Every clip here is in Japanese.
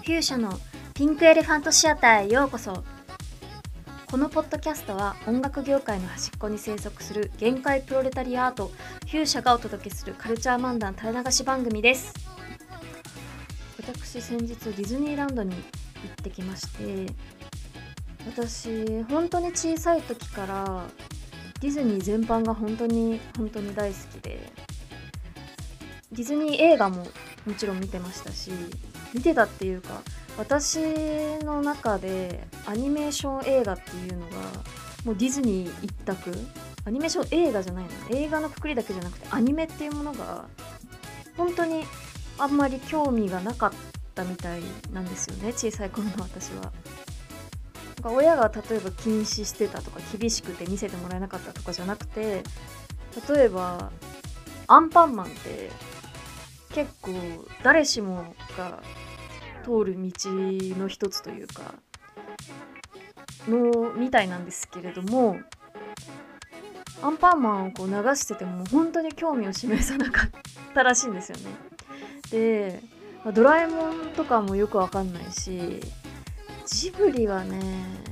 フューシャのピンクエレファントシアターへようこそ。このポッドキャストは音楽業界の端っこに生息する限界プロレタリアートフューシャがお届けするカルチャー漫談垂れ流し番組です。私先日ディズニーランドに行ってきまして、私本当に小さい時からディズニー全般が本当に大好きで、ディズニー映画ももちろん見てましたし、見てたっていうか私の中でアニメーション映画っていうのがもうディズニー一択。アニメーション映画じゃないな、映画のくくりだけじゃなくてアニメっていうものが本当にあんまり興味がなかったみたいなんですよね、小さい頃の私は。なんか親が例えば禁止してたとか厳しくて見せてもらえなかったとかじゃなくて、例えばアンパンマンって結構誰しもが通る道の一つというかのみたいなんですけれども、アンパンマンをこう流してても本当に興味を示さなかったらしいんですよね。で、ドラえもんとかもよくわかんないし、ジブリはね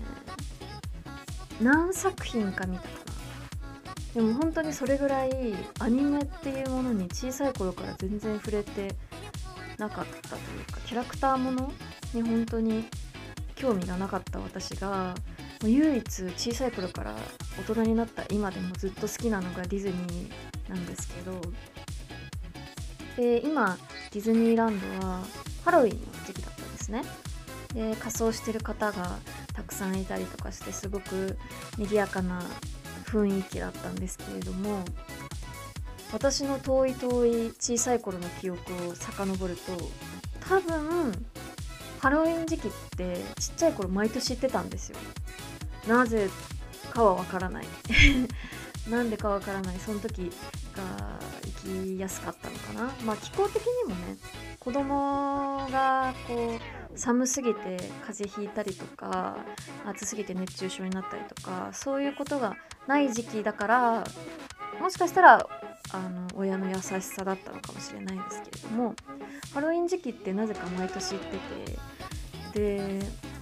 何作品か見たかな。でも本当にそれぐらいアニメっていうものに小さい頃から全然触れてなかったというか、キャラクターものに本当に興味がなかった私が唯一小さい頃から大人になった今でもずっと好きなのがディズニーなんですけど、で今ディズニーランドはハロウィンの時期だったんですね。で仮装してる方がたくさんいたりとかして、すごく賑やかな雰囲気だったんですけれども、私の遠い小さい頃の記憶を遡ると、多分ハロウィン時期ってちっちゃい頃毎年行ってたんですよ。なぜかはわからないなんでかわからない。その時が行きやすかったのかな。まあ気候的にもね、子供がこう寒すぎて風邪ひいたりとか、暑すぎて熱中症になったりとか、そういうことがない時期だから、もしかしたら親の優しさだったのかもしれないんですけれども、ハロウィン時期ってなぜか毎年行ってて、で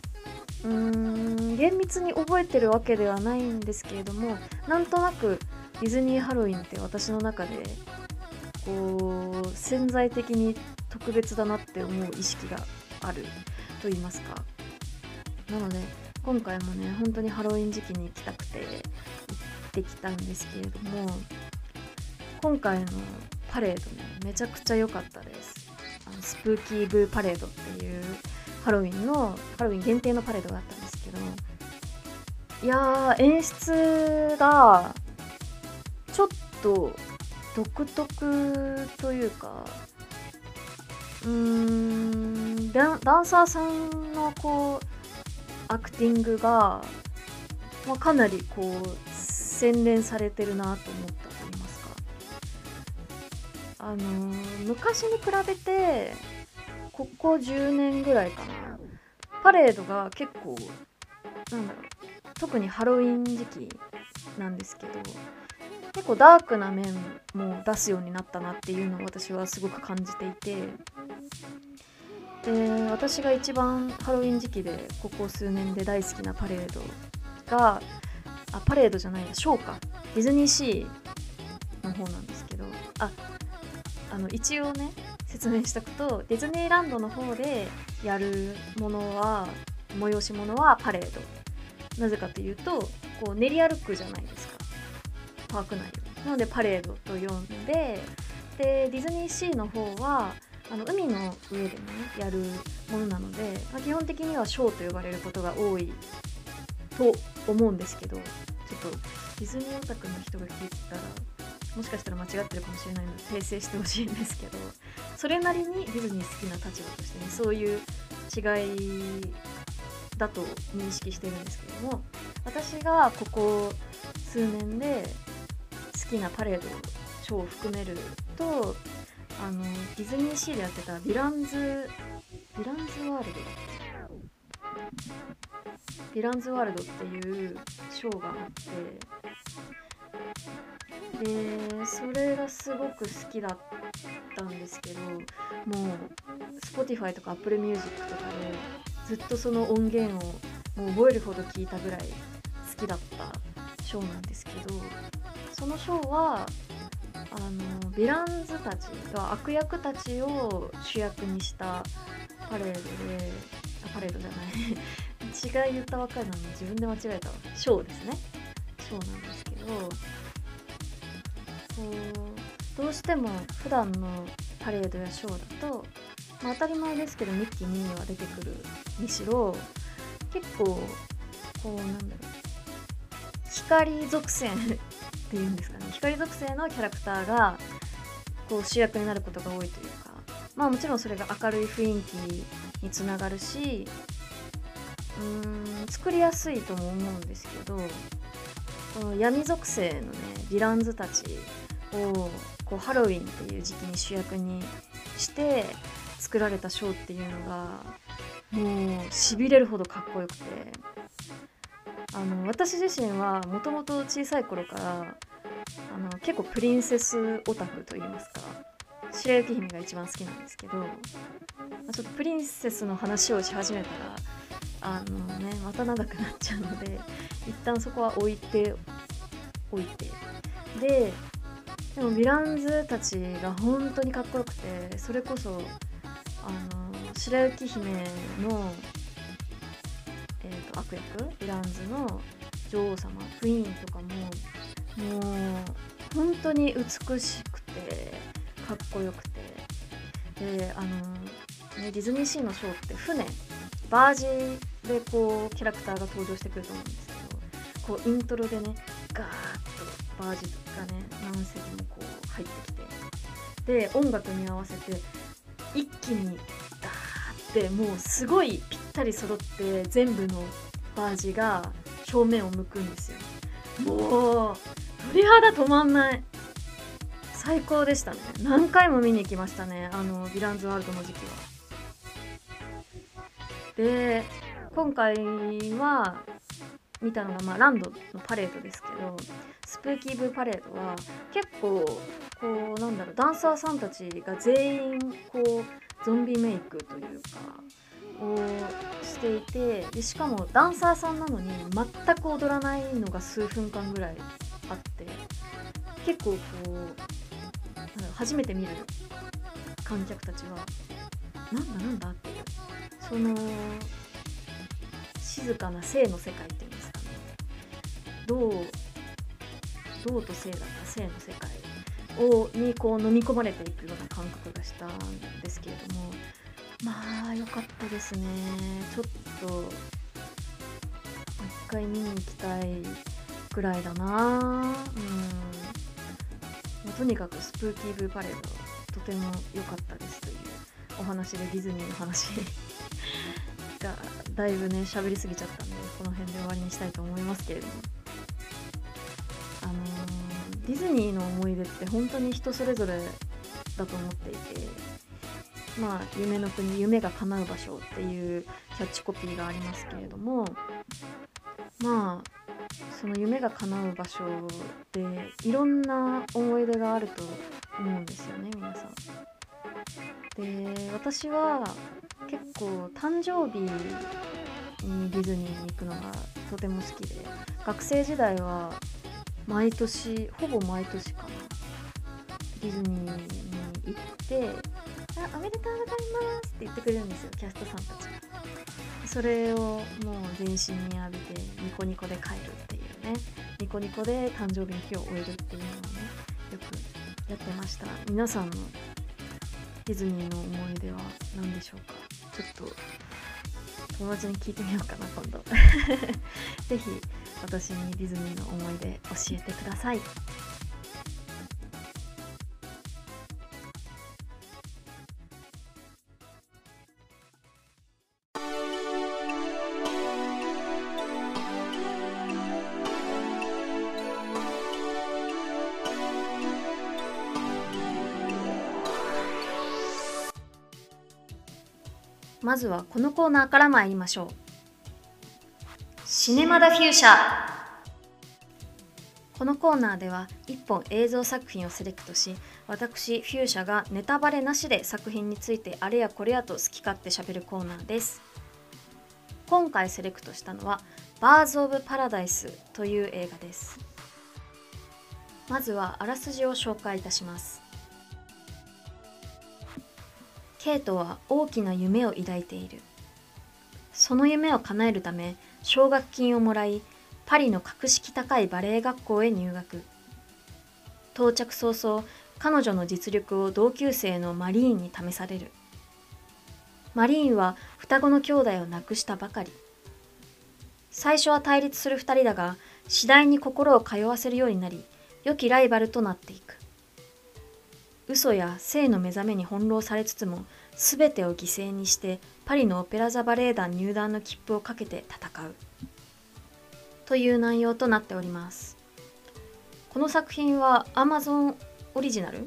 厳密に覚えてるわけではないんですけれども、なんとなくディズニーハロウィンって私の中でこう潜在的に特別だなって思う意識があると言いますか。なので今回もね本当にハロウィン時期に行きたくて行ってきたんですけれども、今回のパレードねめちゃくちゃ良かったです。スプーキーブーパレードっていうハロウィン限定のパレードがあったんですけど、いやー演出がちょっと独特というか、ダンサーさんのこうアクティングが、かなりこう洗練されてるなと思ったと言いますか、昔に比べてここ10年ぐらいかな、パレードが結構特にハロウィン時期なんですけど、結構ダークな面も出すようになったなっていうのを私はすごく感じていて、で私が一番ハロウィン時期でここ数年で大好きなパレードがパレードじゃないやショーか、ディズニーシーの方なんですけど、一応ね説明しておくと、ディズニーランドの方でやる催し物はパレード。なぜかというとこう練り歩くじゃないですか、パーク内を。なのでパレードと呼んで、でディズニーシーの方は海の上でねやるものなので、基本的にはショーと呼ばれることが多いと思うんですけど、ちょっとディズニーオタクの人が聞いてたらもしかしたら間違ってるかもしれないので訂正してほしいんですけど、それなりにディズニー好きな立場としてね、そういう違いだと認識してるんですけども、私がここ数年で好きなパレードショーを含めると、ディズニーシーでやってたヴィランズワールドだっけ、ヴィランズワールドっていうショーがあって、でそれがすごく好きだったんですけど、もう Spotify とか Apple Music とかでずっとその音源をもう覚えるほど聞いたぐらい好きだったショーなんですけど、そのショーはヴィランズたちが悪役たちを主役にしたパレードで、パレードじゃない違い言ったばっかりなのに自分で間違えたわ。ショーですね。ショーなんですけど、こうどうしても普段のパレードやショーだと、当たり前ですけどミッキー・ミニーは出てくるにしろ、結構こうなんだろう、光属性っていうんですかね、光属性のキャラクターがこう主役になることが多いというか、もちろんそれが明るい雰囲気につながるし、作りやすいとも思うんですけど、この闇属性のねヴィランズたちをこうハロウィンっていう時期に主役にして作られたショーっていうのがもうしびれるほどかっこよくて、私自身はもともと小さい頃から結構プリンセスオタクといいますか、白雪姫が一番好きなんですけど、ちょっとプリンセスの話をし始めたらまた長くなっちゃうので一旦そこは置いておいて、でもヴィランズたちが本当にかっこよくて、それこそ白雪姫の、悪役ヴィランズの女王様クイーンとかももう本当に美しくてかっこよくて、でディズニーシーのショーって船バージでこうキャラクターが登場してくると思うんですけど、こうイントロでねガーッとバージがね何隻もこう入ってきて、で音楽に合わせて一気にダーってもうすごいぴったり揃って全部のバージが正面を向くんですよ。もう鳥肌止まんない、最高でしたね。何回も見に行きましたね、ヴィランズワールドの時期は。で今回は見たのが、ランドのパレードですけど、スプーキーブーパレードは結構こうなんだろう、ダンサーさんたちが全員こうゾンビメイクというかをしていて、でしかもダンサーさんなのに全く踊らないのが数分間ぐらいあって、結構こう初めて見る観客たちはなんだっていう、その静かな性の世界っていうんですかね、銅と性だった性の世界にこう飲み込まれていくような感覚がしたんですけれども、良かったですね。ちょっと一回見に行きたいぐらいだな。とにかくスプーキーブーパレードとても良かったですというお話で、ディズニーの話がだいぶね喋りすぎちゃったんでこの辺で終わりにしたいと思いますけれども、ディズニーの思い出って本当に人それぞれだと思っていて、夢の国、夢が叶う場所っていうキャッチコピーがありますけれども、その夢が叶う場所でいろんな思い出があると思うんですよね、皆さん。で私は結構誕生日にディズニーに行くのがとても好きで、学生時代はほぼ毎年かな、ディズニーに行っておめでとうございますって言ってくれるんですよ、キャストさんたちが。それをもう全身に浴びてニコニコで帰るっていうね、ニコニコで誕生日の日を終えるっていうのをねよくやってました。皆さんのディズニーの思い出は何でしょうか。ちょっと友達に聞いてみようかな今度ぜひ私にディズニーの思い出教えてください。まずはこのコーナーから参りましょう。シネマダフューチャー。 このコーナーでは1本映像作品をセレクトし、私フューシャがネタバレなしで作品についてあれやこれやと好き勝手しゃべるコーナーです。今回セレクトしたのはバーズ・オブ・パラダイスという映画です。まずはあらすじを紹介いたします。ケイトは大きな夢を抱いている。その夢を叶えるため奨学金をもらい、パリの格式高いバレエ学校へ入学。到着早々、彼女の実力を同級生のマリーンに試される。マリーンは双子の兄弟を亡くしたばかり。最初は対立する2人だが、次第に心を通わせるようになり、良きライバルとなっていく。嘘や性の目覚めに翻弄されつつも、全てを犠牲にしてパリのオペラ座バレエ団入団の切符をかけて戦うという内容となっております。この作品は Amazon オリジナル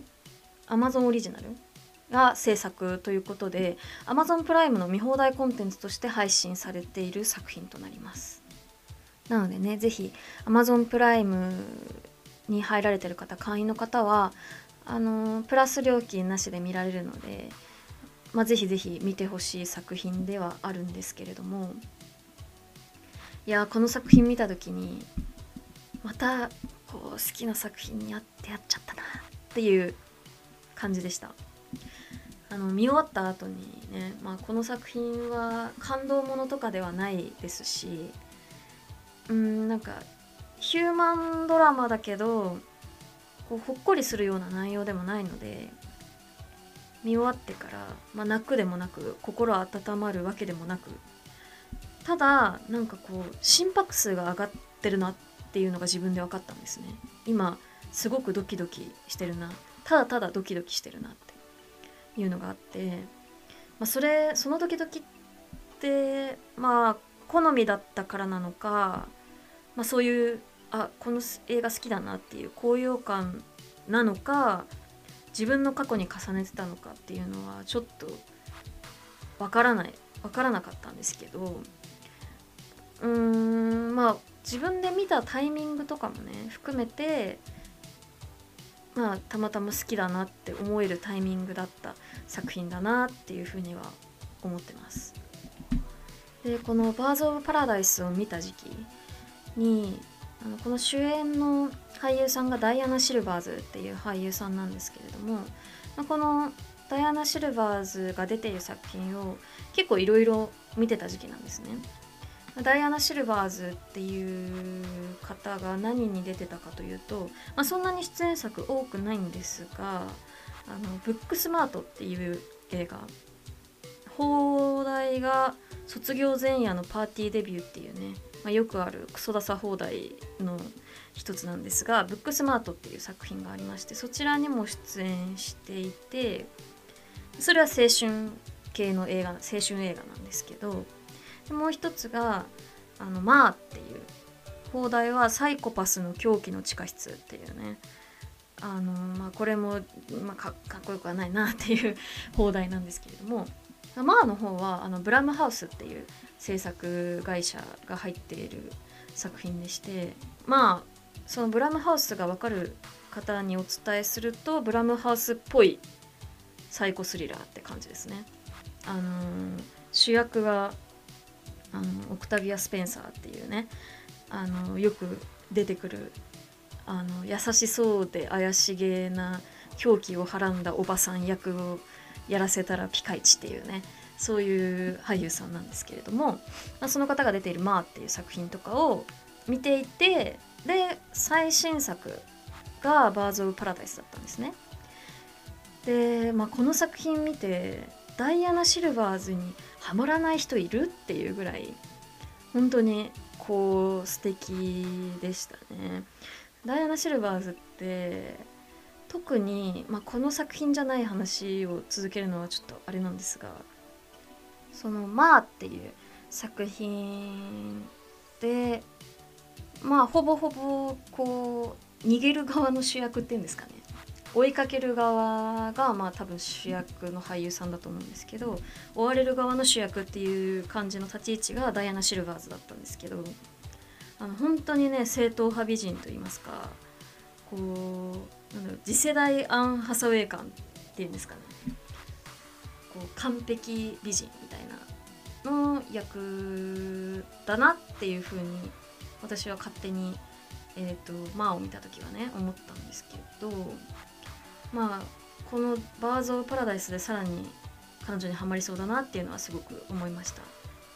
が制作ということで、 Amazon プライムの見放題コンテンツとして配信されている作品となります。なのでね、ぜひ Amazon プライムに入られてる方、会員の方はプラス料金なしで見られるので、ぜひぜひ見てほしい作品ではあるんですけれども、いやこの作品見た時にまたこう好きな作品に出会っちゃったなっていう感じでした。見終わった後にね、この作品は感動ものとかではないですし、なんかヒューマンドラマだけどこうほっこりするような内容でもないので、見終わってから、泣くでもなく心温まるわけでもなく、ただなんかこう心拍数が上がってるなっていうのが自分で分かったんですね。今すごくドキドキしてるな、ただただドキドキしてるなっていうのがあって、そのドキドキって好みだったからなのか、そういうこの映画好きだなっていう高揚感なのか、自分の過去に重ねてたのかっていうのはちょっとわからなかったんですけど、自分で見たタイミングとかもね含めて、たまたま好きだなって思えるタイミングだった作品だなっていうふうには思ってます。でこのバーズ・オブ・パラダイスを見た時期に、この主演の俳優さんがダイアナ・シルバーズっていう俳優さんなんですけれども、このダイアナ・シルバーズが出ている作品を結構いろいろ見てた時期なんですね。ダイアナ・シルバーズっていう方が何に出てたかというと、そんなに出演作多くないんですが、ブックスマートっていう映画、放題が卒業前夜のパーティーデビューっていうね、よくあるクソダサ放題の一つなんですが、ブックスマートっていう作品がありまして、そちらにも出演していて、それは青春系の映画、青春映画なんですけど、もう一つがマーっていう放題はサイコパスの狂気の地下室っていうね、これも、かっこよくはないなっていう放題なんですけれども、マーの方はブラムハウスっていう制作会社が入っている作品でして、そのブラムハウスが分かる方にお伝えすると、ブラムハウスっぽいサイコスリラーって感じですね。主役がオクタビア・スペンサーっていうね、よく出てくる優しそうで怪しげな狂気をはらんだおばさん役をやらせたらピカイチっていうね、そういう俳優さんなんですけれども、その方が出ている「マー」っていう作品とかを見ていて、で最新作が「バーズ・オブ・パラダイス」だったんですね。で、この作品見てダイアナ・シルバーズにハマらない人いるっていうぐらい本当にこう素敵でしたね。ダイアナ・シルバーズって特に、この作品じゃない話を続けるのはちょっとあれなんですが、その「マー」っていう作品でほぼほぼこう逃げる側の主役っていうんですかね、追いかける側が多分主役の俳優さんだと思うんですけど、追われる側の主役っていう感じの立ち位置がダイアナ・シルバーズだったんですけど、本当にね正統派美人といいますか、 こうなんだろう、次世代アン・ハサウェイ感っていうんですかね、こう完璧美人みたいなの役だなっていう風に私は勝手にマーを見た時はね思ったんですけど、まあこのバーズ・オブ・パラダイスでさらに彼女にはまりそうだなっていうのはすごく思いました。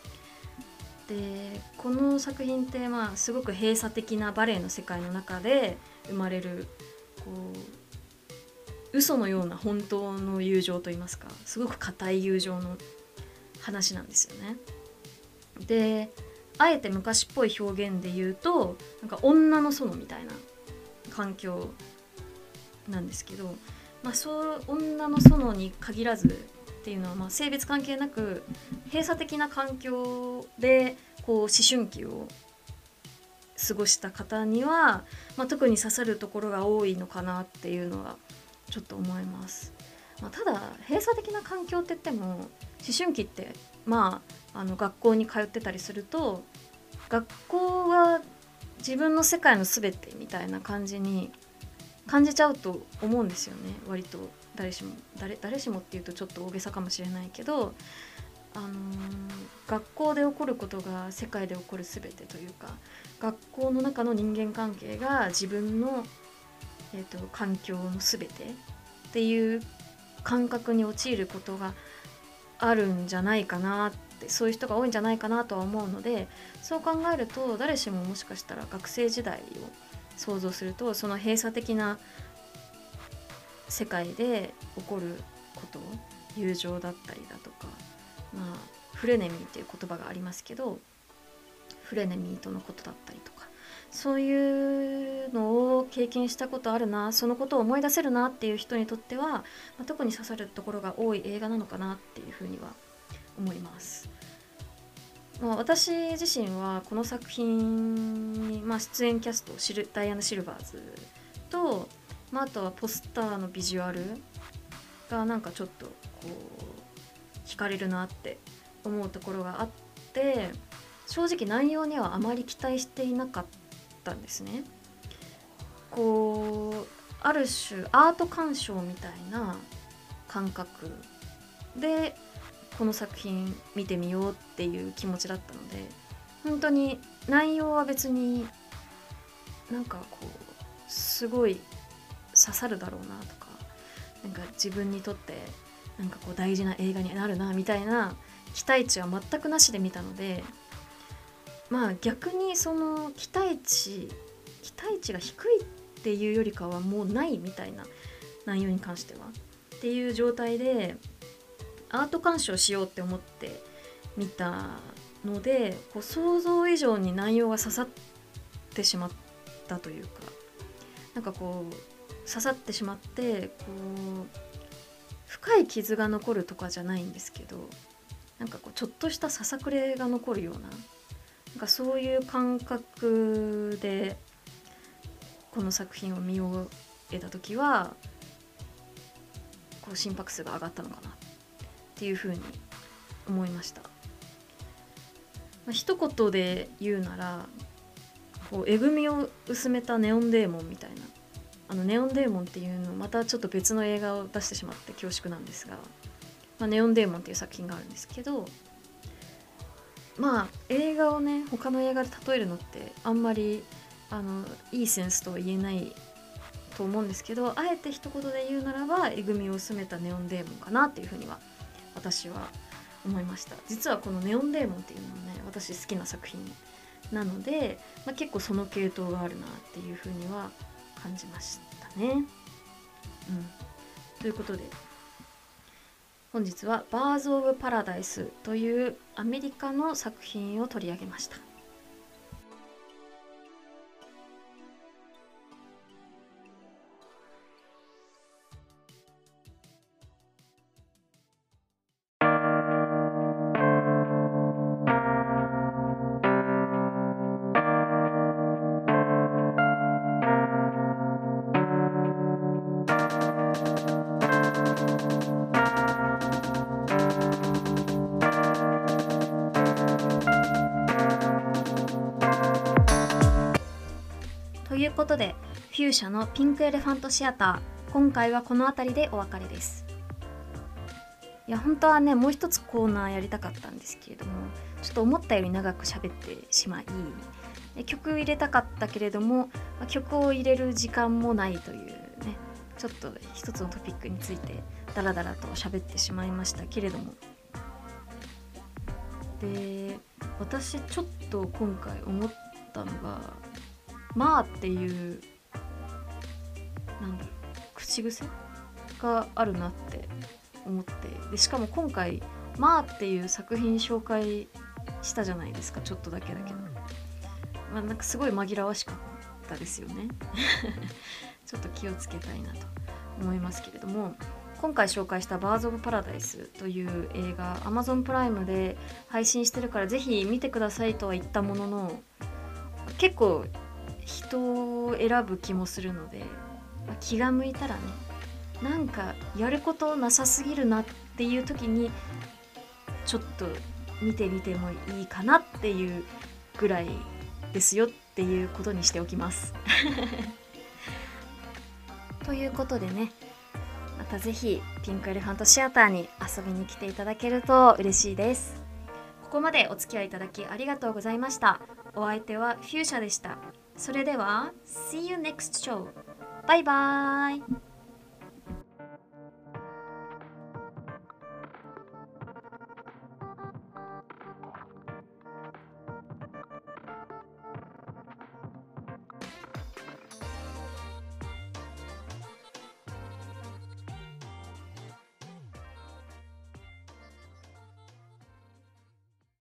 でこの作品ってまあすごく閉鎖的なバレエの世界の中で生まれるこう嘘のような本当の友情といいますか、すごく固い友情の話なんですよね。であえて昔っぽい表現で言うとなんか女の園みたいな環境なんですけど、まあ、そう女の園に限らずっていうのは、まあ性別関係なく閉鎖的な環境でこう思春期を過ごした方には、まあ、特に刺さるところが多いのかなっていうのはちょっと思います。まあ、ただ閉鎖的な環境って言っても思春期ってまあ学校に通ってたりすると学校は自分の世界の全てみたいな感じに感じちゃうと思うんですよね。割と誰しもっていうとちょっと大げさかもしれないけど、学校で起こることが世界で起こる全てというか、学校の中の人間関係が自分の、環境の全てっていう感覚に陥ることがあるんじゃないかなって、そういう人が多いんじゃないかなとは思うので、そう考えると誰しももしかしたら学生時代を想像するとその閉鎖的な世界で起こること、友情だったりだとか、まあフレネミーっていう言葉がありますけど、フレネミーとのことだったりとか、そういうのを経験したことあるな、そのことを思い出せるなっていう人にとっては、まあ、特に刺さるところが多い映画なのかなっていうふうには思います。まあ、私自身はこの作品に、まあ、出演キャストダイアナ・シルバーズと、まあ、あとはポスターのビジュアルがなんかちょっとこう惹かれるなって思うところがあって、正直内容にはあまり期待していなかったんですね。こうある種アート鑑賞みたいな感覚でこの作品見てみようっていう気持ちだったので、本当に内容は別になんかこうすごい刺さるだろうなとか、なんか自分にとってなんかこう大事な映画になるなみたいな期待値は全くなしで見たので、まあ逆にその期待値が低いっていうよりかはもうないみたいな、内容に関してはっていう状態でアート鑑賞しようって思って見たので、こう想像以上に内容が刺さってしまったというか、なんかこう刺さってしまって、こう深い傷が残るとかじゃないんですけど、なんかこうちょっとしたささくれが残るような、なんかそういう感覚でこの作品を見終えた時はこう心拍数が上がったのかなっていうふうに思いました。一言で言うなら、こうえぐみを薄めたネオンデーモンみたいな、ネオンデーモンっていうのまたちょっと別の映画を出してしまって恐縮なんですが、ネオンデーモンっていう作品があるんですけど、まあ映画をね他の映画で例えるのってあんまりいいセンスとは言えないと思うんですけど、あえて一言で言うならばえぐみを薄めたネオンデーモンかなっていうふうには私は思いました。実はこのネオンデーモンっていうのもね私好きな作品なので、結構その系統があるなっていうふうには感じましたね。ということで本日はバーズ・オブ・パラダイスというアメリカの作品を取り上げました。ということでフフューシャのピンクエレファントシアター、今回はこの辺りでお別れです。いや本当はねもう一つコーナーやりたかったんですけれども、ちょっと思ったより長く喋ってしまい、曲入れたかったけれども、曲を入れる時間もないというね、ちょっと一つのトピックについてダラダラと喋ってしまいましたけれども、で私ちょっと今回思ったのがまあっていうなんだろう口癖があるなって思って、でしかも今回まあっていう作品紹介したじゃないですか、ちょっとだけど、なんかすごい紛らわしかったですよねちょっと気をつけたいなと思いますけれども、今回紹介したバーズ・オブ・パラダイスという映画 Amazon プライムで配信してるからぜひ見てくださいとは言ったものの、結構人を選ぶ気もするので、気が向いたらね、なんかやることなさすぎるなっていう時にちょっと見てみてもいいかなっていうぐらいですよっていうことにしておきますということでね、またぜひピンクエレファントシアターに遊びに来ていただけると嬉しいです。ここまでお付き合いいただきありがとうございました。お相手はフューシャでした。それでは See you next show. バイバーイ。